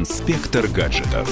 Инспектор гаджетов.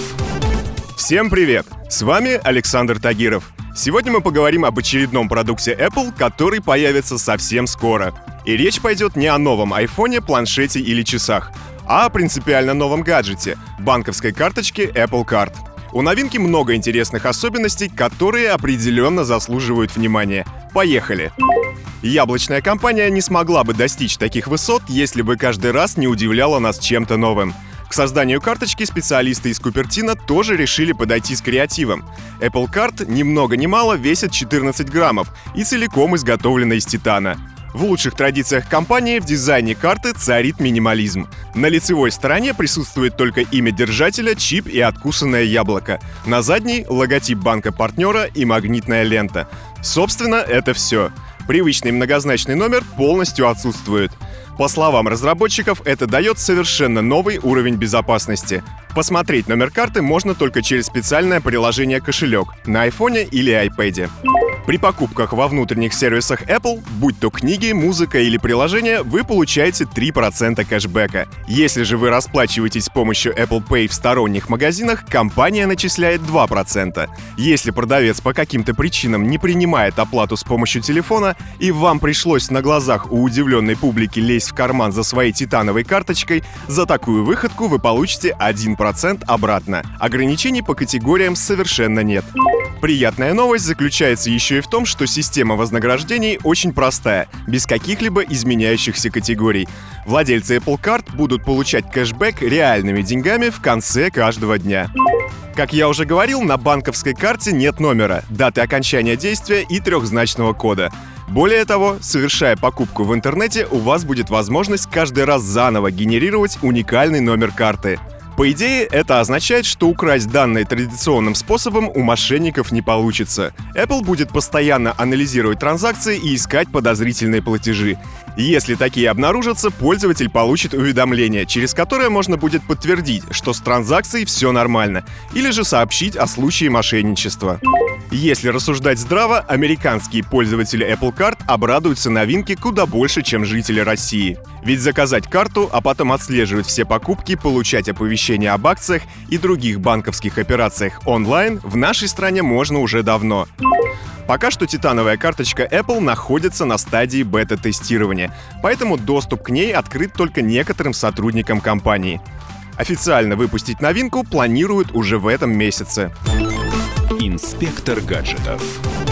Всем привет! С вами Александр Тагиров. Сегодня мы поговорим об очередном продукте Apple, который появится совсем скоро. И речь пойдет не о новом айфоне, планшете или часах, а о принципиально новом гаджете — банковской карточке Apple Card. У новинки много интересных особенностей, которые определенно заслуживают внимания. Поехали! Яблочная компания не смогла бы достичь таких высот, если бы каждый раз не удивляла нас чем-то новым. К созданию карточки специалисты из Купертино тоже решили подойти с креативом. Apple Card ни много ни мало весит 14 граммов и целиком изготовлена из титана. В лучших традициях компании в дизайне карты царит минимализм. На лицевой стороне присутствует только имя держателя, чип и откусанное яблоко. На задней — логотип банка-партнера и магнитная лента. Собственно, это все. Привычный многозначный номер полностью отсутствует. По словам разработчиков, это дает совершенно новый уровень безопасности. Посмотреть номер карты можно только через специальное приложение «Кошелек» на iPhone или iPad. При покупках во внутренних сервисах Apple, будь то книги, музыка или приложения, вы получаете 3% кэшбэка. Если же вы расплачиваетесь с помощью Apple Pay в сторонних магазинах, компания начисляет 2%. Если продавец по каким-то причинам не принимает оплату с помощью телефона, и вам пришлось на глазах у удивленной публики лезть в карман за своей титановой карточкой, за такую выходку вы получите 1% обратно. Ограничений по категориям совершенно нет. Приятная новость заключается еще и в том, что система вознаграждений очень простая, без каких-либо изменяющихся категорий. Владельцы Apple Card будут получать кэшбэк реальными деньгами в конце каждого дня. Как я уже говорил, на банковской карте нет номера, даты окончания действия и трехзначного кода. Более того, совершая покупку в интернете, у вас будет возможность каждый раз заново генерировать уникальный номер карты. По идее, это означает, что украсть данные традиционным способом у мошенников не получится. Apple будет постоянно анализировать транзакции и искать подозрительные платежи. Если такие обнаружатся, пользователь получит уведомление, через которое можно будет подтвердить, что с транзакцией все нормально, или же сообщить о случае мошенничества. Если рассуждать здраво, американские пользователи Apple Card обрадуются новинке куда больше, чем жители России. Ведь заказать карту, а потом отслеживать все покупки, получать оповещения об акциях и других банковских операциях онлайн в нашей стране можно уже давно. Пока что титановая карточка Apple находится на стадии бета-тестирования, поэтому доступ к ней открыт только некоторым сотрудникам компании. Официально выпустить новинку планируют уже в этом месяце. Инспектор гаджетов.